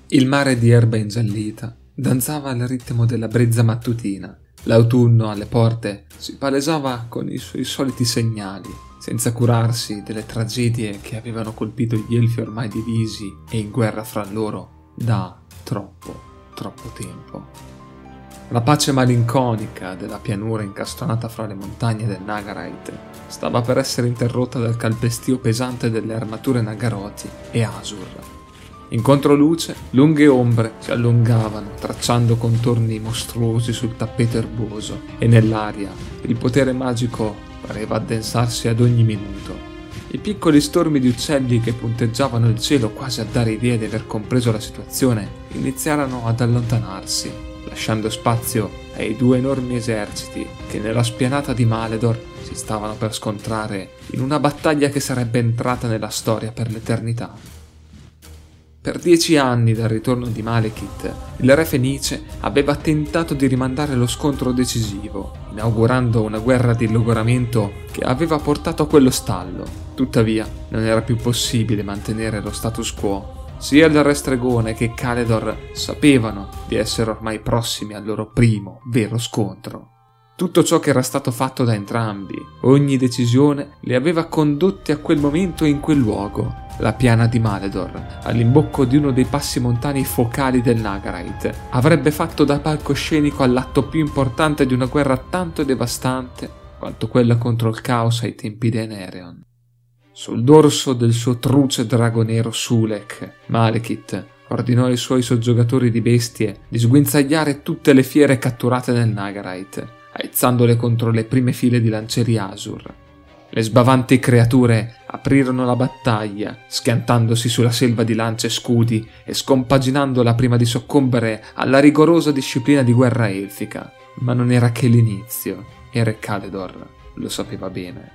Il mare di erba ingiallita danzava al ritmo della brezza mattutina. L'autunno alle porte si palesava con i suoi soliti segnali, senza curarsi delle tragedie che avevano colpito gli elfi ormai divisi e in guerra fra loro da troppo tempo. La pace malinconica della pianura incastonata fra le montagne del Nagarite stava per essere interrotta dal calpestio pesante delle armature Nagaroti e Asur. In controluce, lunghe ombre si allungavano, tracciando contorni mostruosi sul tappeto erboso, e nell'aria il potere magico pareva addensarsi ad ogni minuto. I piccoli stormi di uccelli che punteggiavano il cielo quasi a dare idea di aver compreso la situazione iniziarono ad allontanarsi, lasciando spazio ai due enormi eserciti che nella spianata di Maledor si stavano per scontrare in una battaglia che sarebbe entrata nella storia per l'eternità. Per 10 anni dal ritorno di Malekith, il re Fenice aveva tentato di rimandare lo scontro decisivo, inaugurando una guerra di logoramento che aveva portato a quello stallo. Tuttavia, non era più possibile mantenere lo status quo. Sia il re stregone che Caledor sapevano di essere ormai prossimi al loro primo vero scontro. Tutto ciò che era stato fatto da entrambi, ogni decisione, li aveva condotti a quel momento e in quel luogo. La piana di Maledor, all'imbocco di uno dei passi montani focali del Nagarite, avrebbe fatto da palcoscenico all'atto più importante di una guerra tanto devastante quanto quella contro il caos ai tempi di Aenarion. Sul dorso del suo truce drago nero Sulek, Malekith ordinò ai suoi soggiogatori di bestie di sguinzagliare tutte le fiere catturate nel Nagarite, aizzandole contro le prime file di lancieri Asur. Le sbavanti creature aprirono la battaglia, schiantandosi sulla selva di lance e scudi e scompaginandola prima di soccombere alla rigorosa disciplina di guerra elfica. Ma non era che l'inizio, e Re Caledor lo sapeva bene.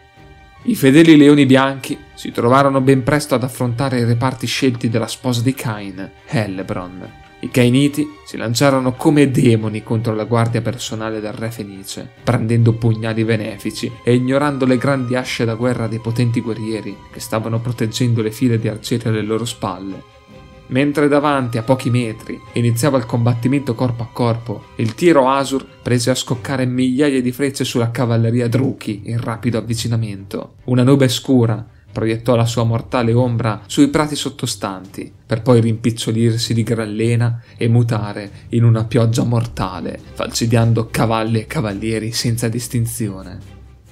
I fedeli leoni bianchi si trovarono ben presto ad affrontare i reparti scelti della sposa di Cain, Hellebron. I Cainiti si lanciarono come demoni contro la guardia personale del re Fenice, prendendo pugnali benefici e ignorando le grandi asce da guerra dei potenti guerrieri che stavano proteggendo le file di arcieri alle loro spalle. Mentre davanti, a pochi metri, iniziava il combattimento corpo a corpo, il tiro Asur prese a scoccare migliaia di frecce sulla cavalleria Druchi in rapido avvicinamento. Una nube scura proiettò la sua mortale ombra sui prati sottostanti, per poi rimpicciolirsi di gran lena e mutare in una pioggia mortale, falcidiando cavalli e cavalieri senza distinzione.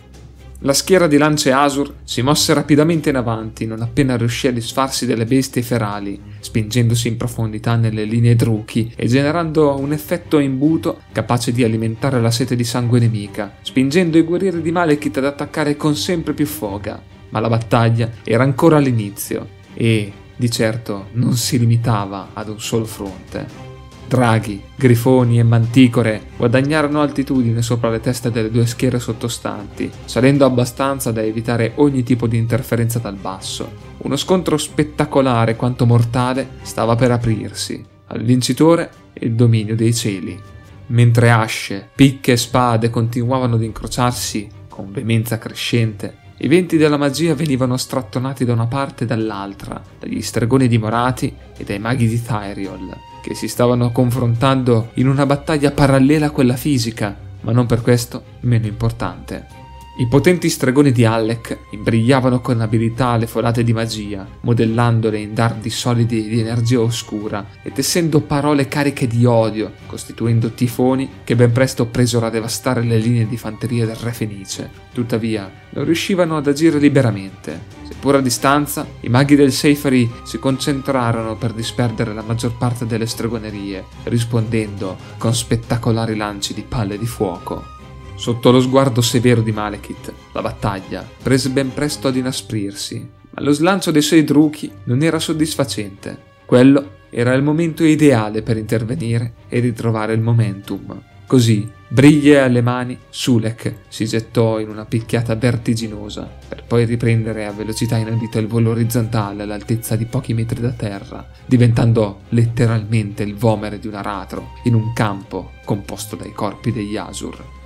La schiera di lance Asur si mosse rapidamente in avanti non appena riuscì a disfarsi delle bestie ferali, spingendosi in profondità nelle linee Druchi e generando un effetto imbuto capace di alimentare la sete di sangue nemica, spingendo i guerrieri di Malekith ad attaccare con sempre più foga. Ma la battaglia era ancora all'inizio e, di certo, non si limitava ad un solo fronte. Draghi, grifoni e manticore guadagnarono altitudine sopra le teste delle due schiere sottostanti, salendo abbastanza da evitare ogni tipo di interferenza dal basso. Uno scontro spettacolare quanto mortale stava per aprirsi. Al vincitore il dominio dei cieli. Mentre asce, picche e spade continuavano ad incrociarsi con veemenza crescente, i venti della magia venivano strattonati da una parte e dall'altra, dagli stregoni dimorati e dai maghi di Tyriol, che si stavano confrontando in una battaglia parallela a quella fisica, ma non per questo meno importante. I potenti stregoni di Alec imbrigliavano con abilità le folate di magia, modellandole in dardi solidi di energia oscura e tessendo parole cariche di odio, costituendo tifoni che ben presto presero a devastare le linee di fanteria del re Fenice. Tuttavia, non riuscivano ad agire liberamente. Seppur a distanza, i maghi del Seifery si concentrarono per disperdere la maggior parte delle stregonerie, rispondendo con spettacolari lanci di palle di fuoco. Sotto lo sguardo severo di Malekith, la battaglia prese ben presto ad inasprirsi, ma lo slancio dei suoi Druchi non era soddisfacente. Quello era il momento ideale per intervenire e ritrovare il momentum. Così, briglie alle mani, Sulek si gettò in una picchiata vertiginosa, per poi riprendere a velocità inaudita il volo orizzontale all'altezza di pochi metri da terra, diventando letteralmente il vomere di un aratro in un campo composto dai corpi degli Asur.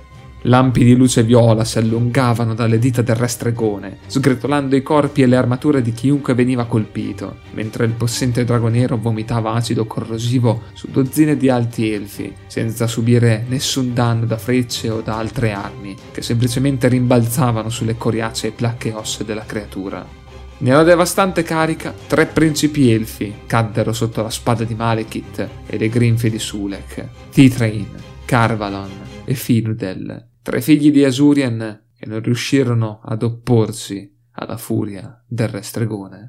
Lampi di luce viola si allungavano dalle dita del re stregone, sgretolando i corpi e le armature di chiunque veniva colpito, mentre il possente drago nero vomitava acido corrosivo su dozzine di alti elfi, senza subire nessun danno da frecce o da altre armi, che semplicemente rimbalzavano sulle coriacee placche ossee della creatura. Nella devastante carica, 3 principi elfi caddero sotto la spada di Malekith e le grinfie di Sulek, Thrain, Carvalon e Finudel, 3 figli di Asurien che non riuscirono ad opporsi alla furia del re stregone.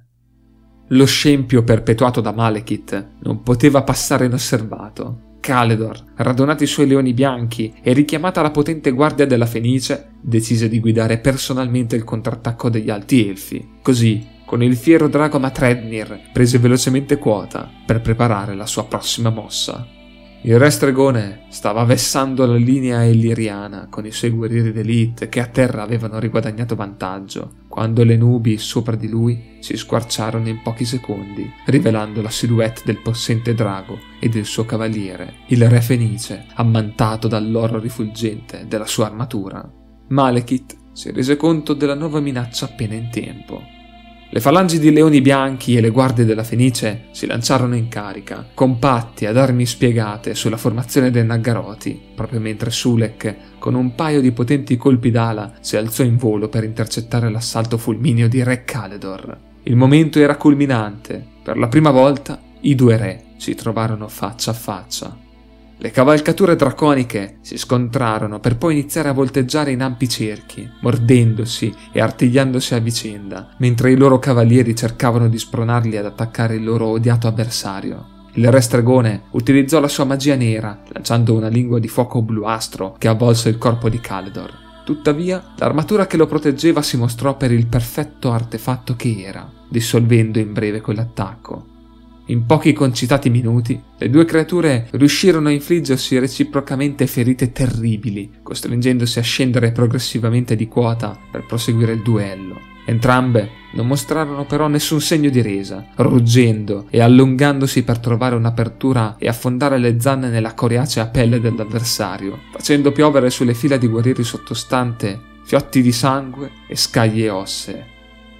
Lo scempio perpetuato da Malekith non poteva passare inosservato. Caledor, radunati i suoi leoni bianchi e richiamata la potente guardia della Fenice, decise di guidare personalmente il contrattacco degli alti elfi. Così, con il fiero drago Matrednir, prese velocemente quota per preparare la sua prossima mossa. Il re stregone stava vessando la linea illiriana con i suoi guerrieri d'élite che a terra avevano riguadagnato vantaggio, quando le nubi sopra di lui si squarciarono in pochi secondi, rivelando la silhouette del possente drago e del suo cavaliere, il re fenice, ammantato dall'oro rifulgente della sua armatura. Malekith si rese conto della nuova minaccia appena in tempo. Le falangi di leoni bianchi e le guardie della Fenice si lanciarono in carica, compatti ad armi spiegate sulla formazione dei Naggaroti, proprio mentre Sulek, con un paio di potenti colpi d'ala, si alzò in volo per intercettare l'assalto fulmineo di Re Caledor. Il momento era culminante. Per la prima volta i 2 re si trovarono faccia a faccia. Le cavalcature draconiche si scontrarono per poi iniziare a volteggiare in ampi cerchi, mordendosi e artigliandosi a vicenda, mentre i loro cavalieri cercavano di spronarli ad attaccare il loro odiato avversario. Il re stregone utilizzò la sua magia nera, lanciando una lingua di fuoco bluastro che avvolse il corpo di Caledor. Tuttavia, l'armatura che lo proteggeva si mostrò per il perfetto artefatto che era, dissolvendo in breve quell'attacco. In pochi concitati minuti, le 2 creature riuscirono a infliggersi reciprocamente ferite terribili, costringendosi a scendere progressivamente di quota per proseguire il duello. Entrambe non mostrarono però nessun segno di resa, ruggendo e allungandosi per trovare un'apertura e affondare le zanne nella coriacea pelle dell'avversario, facendo piovere sulle fila di guerrieri sottostante fiotti di sangue e scaglie ossee.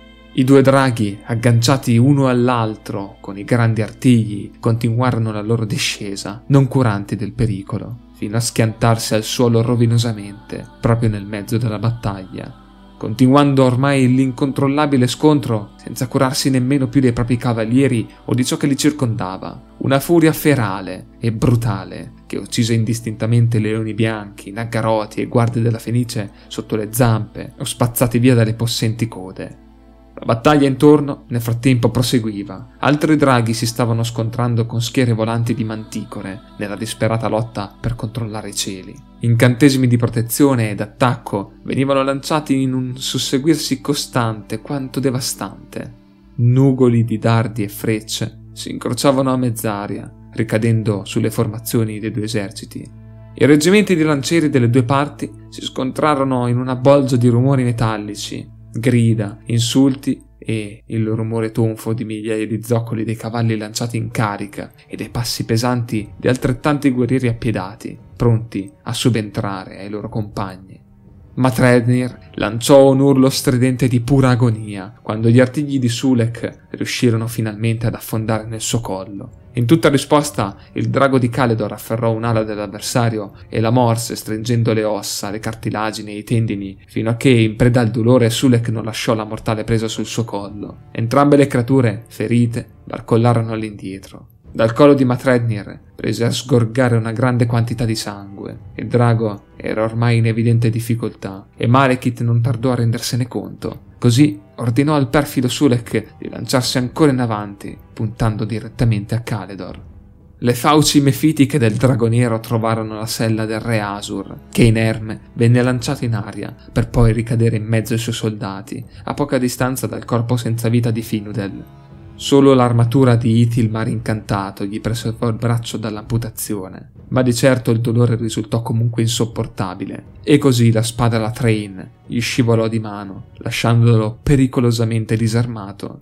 I 2 draghi, agganciati uno all'altro con i grandi artigli, continuarono la loro discesa, non curanti del pericolo, fino a schiantarsi al suolo rovinosamente, proprio nel mezzo della battaglia, continuando ormai l'incontrollabile scontro senza curarsi nemmeno più dei propri cavalieri o di ciò che li circondava. Una furia ferale e brutale che uccise indistintamente leoni bianchi, Naggaroti e guardie della Fenice sotto le zampe o spazzati via dalle possenti code. La battaglia intorno, nel frattempo, proseguiva. Altri draghi si stavano scontrando con schiere volanti di manticore nella disperata lotta per controllare i cieli. Incantesimi di protezione ed attacco venivano lanciati in un susseguirsi costante quanto devastante. Nugoli di dardi e frecce si incrociavano a mezz'aria, ricadendo sulle formazioni dei 2 eserciti. I reggimenti di lancieri delle 2 parti si scontrarono in una bolgia di rumori metallici, grida, insulti e il rumore tonfo di migliaia di zoccoli dei cavalli lanciati in carica e dei passi pesanti di altrettanti guerrieri appiedati, pronti a subentrare ai loro compagni. Matrednir lanciò un urlo stridente di pura agonia quando gli artigli di Sulek riuscirono finalmente ad affondare nel suo collo. In tutta risposta, il drago di Caledor afferrò un'ala dell'avversario e la morse stringendo le ossa, le cartilagini e i tendini fino a che, in preda al dolore, Sulek non lasciò la mortale presa sul suo collo. Entrambe le creature, ferite, barcollarono all'indietro. Dal collo di Matrednir prese a sgorgare una grande quantità di sangue. Il drago era ormai in evidente difficoltà e Malekith non tardò a rendersene conto. Così ordinò al perfido Sulek di lanciarsi ancora in avanti, puntando direttamente a Caledor. Le fauci mefitiche del drago nero trovarono la sella del re Asur, che inerme venne lanciato in aria per poi ricadere in mezzo ai suoi soldati, a poca distanza dal corpo senza vita di Finudel. Solo l'armatura di Ithilmar incantato gli preservò il braccio dall'amputazione, ma di certo il dolore risultò comunque insopportabile, e così la spada alla Thrain gli scivolò di mano, lasciandolo pericolosamente disarmato.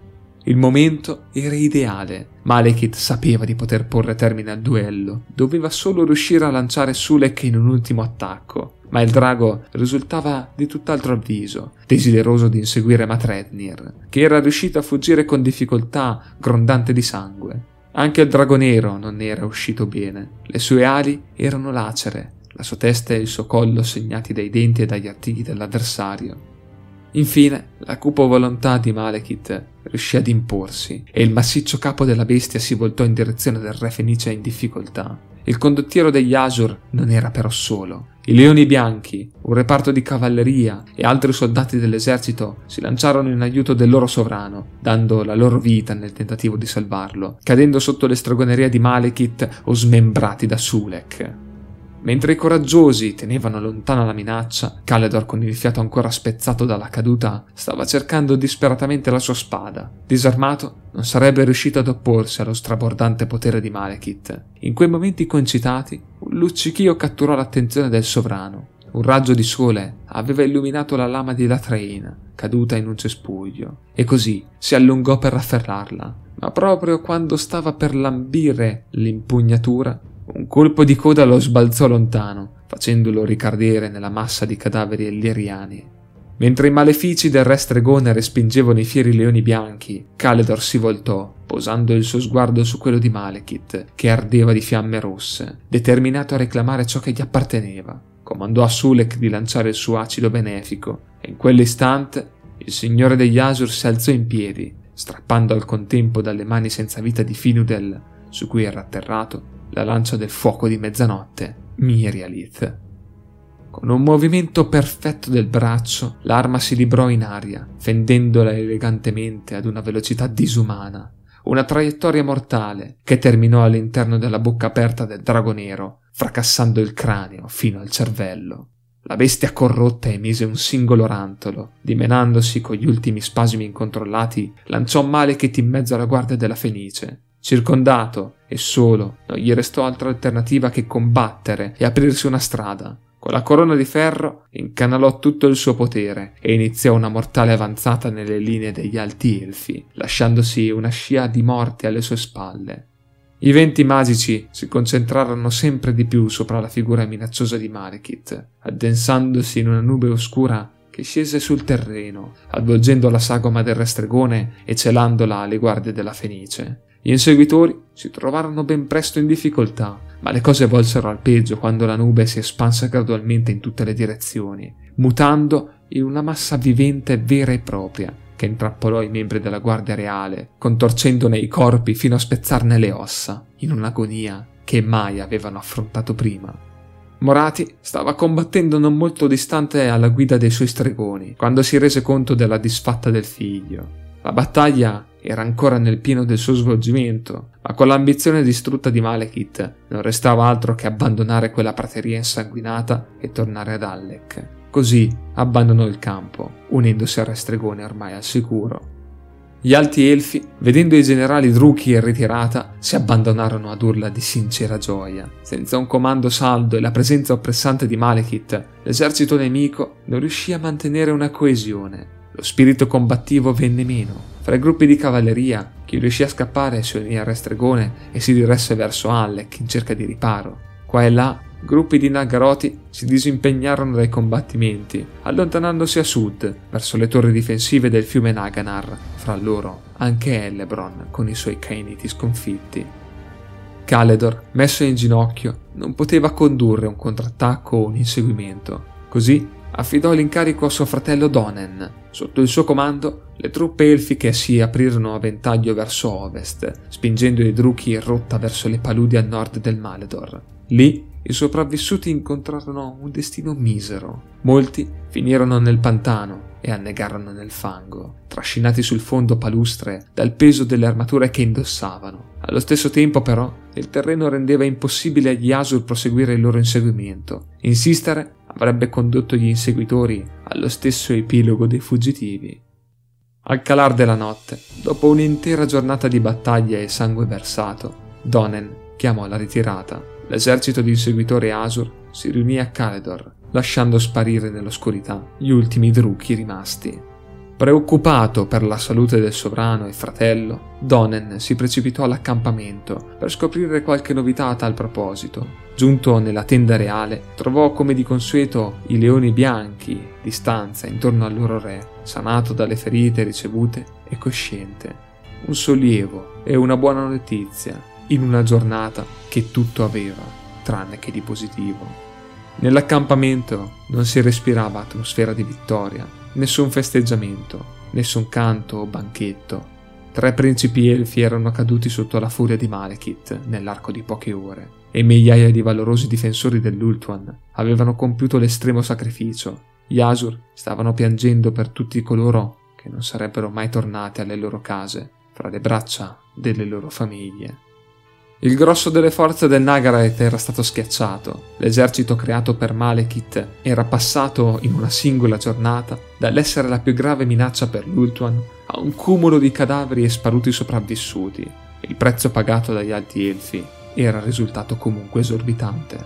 Il momento era ideale. Malekith sapeva di poter porre termine al duello, doveva solo riuscire a lanciare Sulek in un ultimo attacco, ma il drago risultava di tutt'altro avviso, desideroso di inseguire Matrednir, che era riuscito a fuggire con difficoltà, grondante di sangue. Anche il drago nero non ne era uscito bene. Le sue ali erano lacere, la sua testa e il suo collo segnati dai denti e dagli artigli dell'avversario. Infine, la cupa volontà di Malekith riuscì ad imporsi e il massiccio capo della bestia si voltò in direzione del re fenice in difficoltà. Il condottiero degli Asur non era però solo. I leoni bianchi, un reparto di cavalleria e altri soldati dell'esercito si lanciarono in aiuto del loro sovrano, dando la loro vita nel tentativo di salvarlo, cadendo sotto le stregonerie di Malekith o smembrati da Sulek. Mentre i coraggiosi tenevano lontana la minaccia, Caledor, con il fiato ancora spezzato dalla caduta, stava cercando disperatamente la sua spada. Disarmato, non sarebbe riuscito ad opporsi allo strabordante potere di Malekith. In quei momenti concitati, un luccichio catturò l'attenzione del sovrano. Un raggio di sole aveva illuminato la lama di Latrein, caduta in un cespuglio, e così si allungò per afferrarla. Ma proprio quando stava per lambire l'impugnatura, un colpo di coda lo sbalzò lontano, facendolo ricadere nella massa di cadaveri illyriani. Mentre i malefici del re stregone respingevano i fieri leoni bianchi, Caledor si voltò, posando il suo sguardo su quello di Malekith, che ardeva di fiamme rosse, determinato a reclamare ciò che gli apparteneva. Comandò a Sulek di lanciare il suo acido benefico, e in quell'istante il signore degli Asur si alzò in piedi, strappando al contempo dalle mani senza vita di Finudel, su cui era atterrato, la lancia del fuoco di mezzanotte, Mirialith. Con un movimento perfetto del braccio, l'arma si librò in aria, fendendola elegantemente ad una velocità disumana, una traiettoria mortale che terminò all'interno della bocca aperta del drago nero, fracassando il cranio fino al cervello. La bestia corrotta emise un singolo rantolo, dimenandosi con gli ultimi spasmi incontrollati, lanciò Malekith in mezzo alla guardia della Fenice. Circondato e solo, non gli restò altra alternativa che combattere e aprirsi una strada. Con la corona di ferro incanalò tutto il suo potere e iniziò una mortale avanzata nelle linee degli alti elfi, lasciandosi una scia di morte alle sue spalle. I venti magici si concentrarono sempre di più sopra la figura minacciosa di Malekith, addensandosi in una nube oscura che scese sul terreno, avvolgendo la sagoma del re stregone e celandola alle guardie della Fenice. Gli inseguitori si trovarono ben presto in difficoltà, ma le cose volsero al peggio quando la nube si espanse gradualmente in tutte le direzioni, mutando in una massa vivente vera e propria, che intrappolò i membri della guardia reale, contorcendone i corpi fino a spezzarne le ossa, in un'agonia che mai avevano affrontato prima. Morati stava combattendo non molto distante alla guida dei suoi stregoni, quando si rese conto della disfatta del figlio. La battaglia era ancora nel pieno del suo svolgimento, ma con l'ambizione distrutta di Malekith non restava altro che abbandonare quella prateria insanguinata e tornare ad Alec. Così abbandonò il campo, unendosi al re stregone ormai al sicuro. Gli alti elfi, vedendo i generali Druchi in ritirata, si abbandonarono ad urla di sincera gioia. Senza un comando saldo e la presenza oppressante di Malekith, l'esercito nemico non riuscì a mantenere una coesione. Lo spirito combattivo venne meno. Fra i gruppi di cavalleria, chi riuscì a scappare si unì al re stregone e si diresse verso Alec in cerca di riparo. Qua e là, gruppi di Naggaroti si disimpegnarono dai combattimenti, allontanandosi a sud, verso le torri difensive del fiume Naganar, fra loro anche Elebron con i suoi Cainiti sconfitti. Caledor, messo in ginocchio, non poteva condurre un contrattacco o un inseguimento. Così affidò l'incarico a suo fratello Donen. Sotto il suo comando, le truppe elfiche si aprirono a ventaglio verso ovest, spingendo i Druchi in rotta verso le paludi a nord del Maledor. Lì, i sopravvissuti incontrarono un destino misero. Molti finirono nel pantano e annegarono nel fango, trascinati sul fondo palustre dal peso delle armature che indossavano. Allo stesso tempo, però, il terreno rendeva impossibile agli Asur proseguire il loro inseguimento. Insistere avrebbe condotto gli inseguitori allo stesso epilogo dei fuggitivi. Al calar della notte, dopo un'intera giornata di battaglia e sangue versato, Donen chiamò la ritirata. L'esercito di inseguitori Asur si riunì a Caledor, lasciando sparire nell'oscurità gli ultimi Druchi rimasti. Preoccupato per la salute del sovrano e fratello, Donen si precipitò all'accampamento per scoprire qualche novità a tal proposito. Giunto nella tenda reale, trovò come di consueto i leoni bianchi di stanza intorno al loro re, sanato dalle ferite ricevute e cosciente. Un sollievo e una buona notizia in una giornata che tutto aveva, tranne che di positivo. Nell'accampamento non si respirava atmosfera di vittoria, nessun festeggiamento, nessun canto o banchetto. 3 principi elfi erano caduti sotto la furia di Malekith nell'arco di poche ore, e migliaia di valorosi difensori dell'Ultuan avevano compiuto l'estremo sacrificio. Gli Asur stavano piangendo per tutti coloro che non sarebbero mai tornati alle loro case, fra le braccia delle loro famiglie. Il grosso delle forze del Nagarythe era stato schiacciato. L'esercito creato per Malekith era passato in una singola giornata dall'essere la più grave minaccia per l'Ultuan a un cumulo di cadaveri e sparuti sopravvissuti. Il prezzo pagato dagli alti elfi era risultato comunque esorbitante.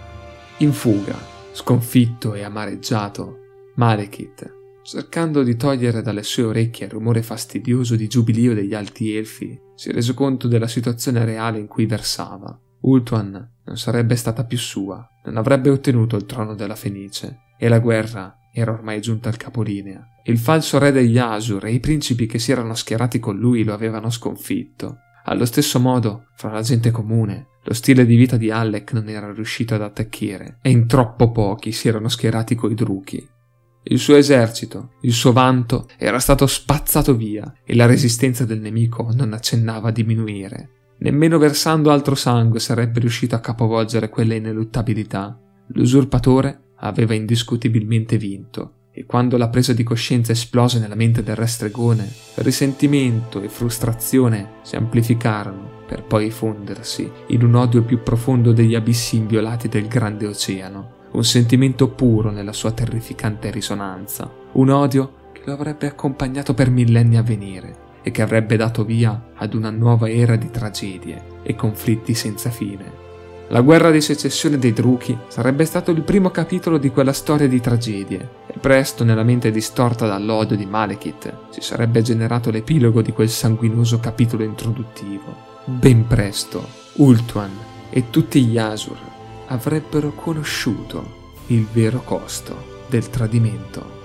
In fuga, sconfitto e amareggiato, Malekith, cercando di togliere dalle sue orecchie il rumore fastidioso di giubileo degli alti elfi, si rese conto della situazione reale in cui versava. Ultuan non sarebbe stata più sua, non avrebbe ottenuto il trono della Fenice, e la guerra era ormai giunta al capolinea. Il falso re degli Asur e i principi che si erano schierati con lui lo avevano sconfitto. Allo stesso modo, fra la gente comune, lo stile di vita di Alec non era riuscito ad attecchire, e in troppo pochi si erano schierati coi Druchi. Il suo esercito, il suo vanto, era stato spazzato via e la resistenza del nemico non accennava a diminuire. Nemmeno versando altro sangue sarebbe riuscito a capovolgere quella ineluttabilità. L'usurpatore aveva indiscutibilmente vinto, e quando la presa di coscienza esplose nella mente del re stregone, risentimento e frustrazione si amplificarono per poi fondersi in un odio più profondo degli abissi inviolati del grande oceano. Un sentimento puro nella sua terrificante risonanza, un odio che lo avrebbe accompagnato per millenni a venire e che avrebbe dato via ad una nuova era di tragedie e conflitti senza fine. La guerra di secessione dei Druchi sarebbe stato il primo capitolo di quella storia di tragedie, e presto nella mente distorta dall'odio di Malekith si sarebbe generato l'epilogo di quel sanguinoso capitolo introduttivo. Ben presto, Ultuan e tutti gli Asur avrebbero conosciuto il vero costo del tradimento.